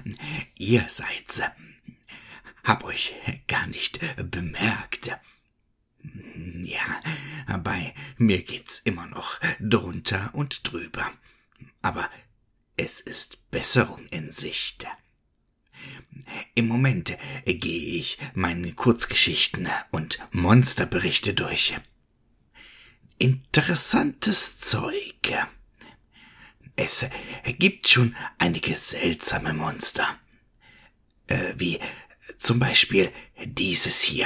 Ihr seid's. Hab euch gar nicht bemerkt. Ja, bei mir geht's immer noch drunter und drüber. Aber es ist Besserung in Sicht. Im Moment gehe ich meine Kurzgeschichten und Monsterberichte durch. Interessantes Zeug. Es gibt schon einige seltsame Monster. Wie zum Beispiel dieses hier.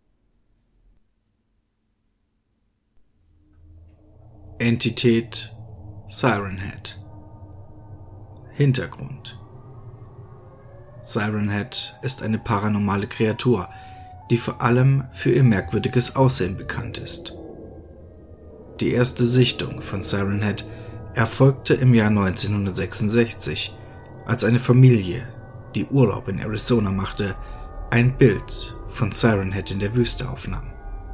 Entität Siren Head. Hintergrund: Siren Head ist eine paranormale Kreatur, die vor allem für ihr merkwürdiges Aussehen bekannt ist. Die erste Sichtung von Siren Head erfolgte im Jahr 1966, als eine Familie, die Urlaub in Arizona machte, ein Bild von Siren Head in der Wüste aufnahm.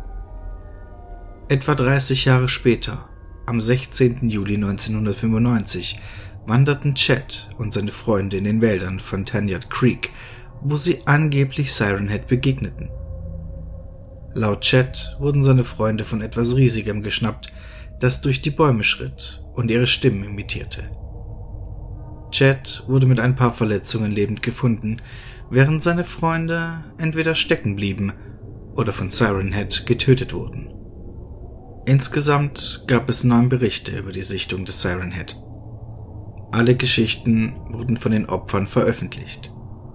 Etwa 30 Jahre später, am 16. Juli 1995, wanderten Chad und seine Freunde in den Wäldern von Tanyard Creek, wo sie angeblich Siren Head begegneten. Laut Chad wurden seine Freunde von etwas Riesigem geschnappt, das durch die Bäume schritt und ihre Stimmen imitierte. Chad wurde mit ein paar Verletzungen lebend gefunden, während seine Freunde entweder stecken blieben oder von Siren Head getötet wurden. Insgesamt gab es 9 Berichte über die Sichtung des Siren Head. Alle Geschichten wurden von den Opfern veröffentlicht.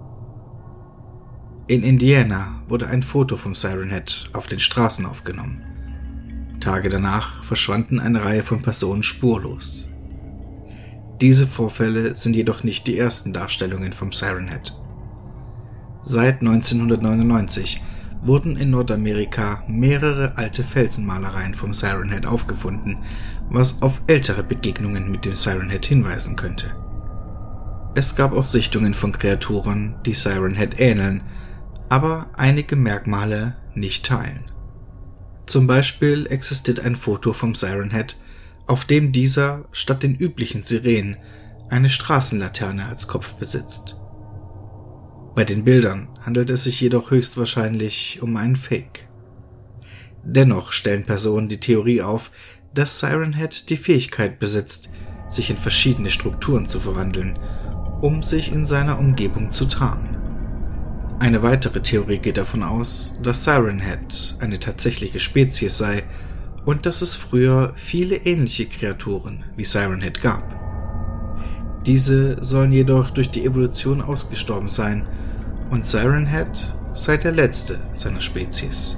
In Indiana wurde ein Foto vom Siren Head auf den Straßen aufgenommen. Tage danach verschwanden eine Reihe von Personen spurlos. Diese Vorfälle sind jedoch nicht die ersten Darstellungen vom Siren Head. Seit 1999 wurden in Nordamerika mehrere alte Felsenmalereien vom Siren Head aufgefunden, was auf ältere Begegnungen mit dem Siren Head hinweisen könnte. Es gab auch Sichtungen von Kreaturen, die Siren Head ähneln, aber einige Merkmale nicht teilen. Zum Beispiel existiert ein Foto vom Siren Head, auf dem dieser statt den üblichen Sirenen eine Straßenlaterne als Kopf besitzt. Bei den Bildern handelt es sich jedoch höchstwahrscheinlich um einen Fake. Dennoch stellen Personen die Theorie auf, dass Siren Head die Fähigkeit besitzt, sich in verschiedene Strukturen zu verwandeln, um sich in seiner Umgebung zu tarnen. Eine weitere Theorie geht davon aus, dass Siren Head eine tatsächliche Spezies sei und dass es früher viele ähnliche Kreaturen wie Siren Head gab. Diese sollen jedoch durch die Evolution ausgestorben sein und Siren Head sei der letzte seiner Spezies.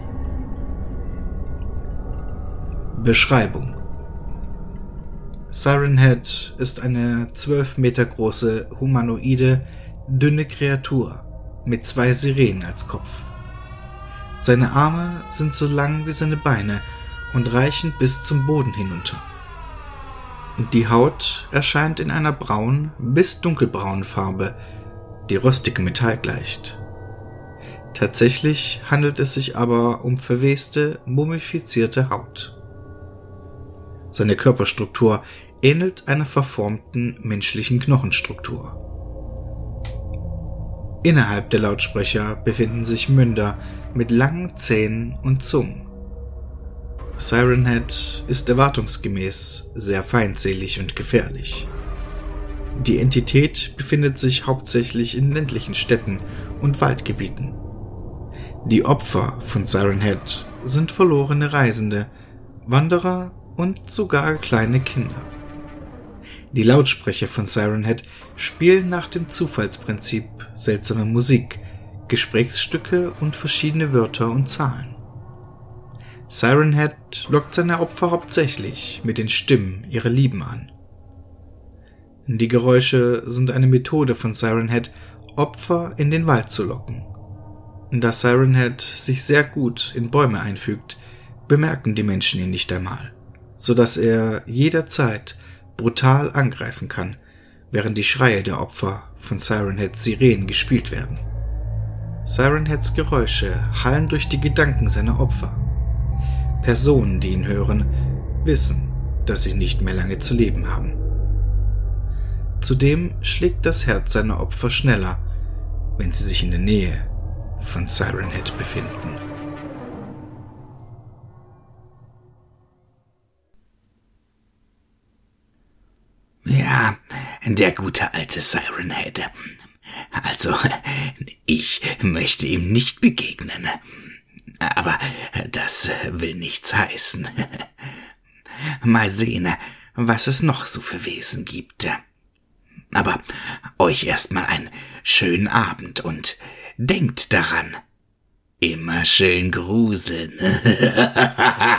Beschreibung: Siren Head ist eine 12 Meter große, humanoide, dünne Kreatur mit 2 Sirenen als Kopf. Seine Arme sind so lang wie seine Beine und reichen bis zum Boden hinunter. Die Haut erscheint in einer braunen bis dunkelbraunen Farbe, die rostigem Metall gleicht. Tatsächlich handelt es sich aber um verweste, mumifizierte Haut. Seine Körperstruktur ähnelt einer verformten menschlichen Knochenstruktur. Innerhalb der Lautsprecher befinden sich Münder mit langen Zähnen und Zungen. Siren Head ist erwartungsgemäß sehr feindselig und gefährlich. Die Entität befindet sich hauptsächlich in ländlichen Städten und Waldgebieten. Die Opfer von Siren Head sind verlorene Reisende, Wanderer und sogar kleine Kinder. Die Lautsprecher von Siren Head spielen nach dem Zufallsprinzip seltsame Musik, Gesprächsstücke und verschiedene Wörter und Zahlen. Siren Head lockt seine Opfer hauptsächlich mit den Stimmen ihrer Lieben an. Die Geräusche sind eine Methode von Siren Head, Opfer in den Wald zu locken. Da Siren Head sich sehr gut in Bäume einfügt, bemerken die Menschen ihn nicht einmal, sodass er jederzeit brutal angreifen kann, während die Schreie der Opfer von Siren Heads Sirenen gespielt werden. Siren Heads Geräusche hallen durch die Gedanken seiner Opfer. Personen, die ihn hören, wissen, dass sie nicht mehr lange zu leben haben. Zudem schlägt das Herz seiner Opfer schneller, wenn sie sich in der Nähe von Siren Head befinden. Ja, der gute alte Siren Head. Also, ich möchte ihm nicht begegnen. Aber das will nichts heißen. Mal sehen, was es noch so für Wesen gibt. Aber euch erstmal einen schönen Abend und denkt daran, immer schön gruseln.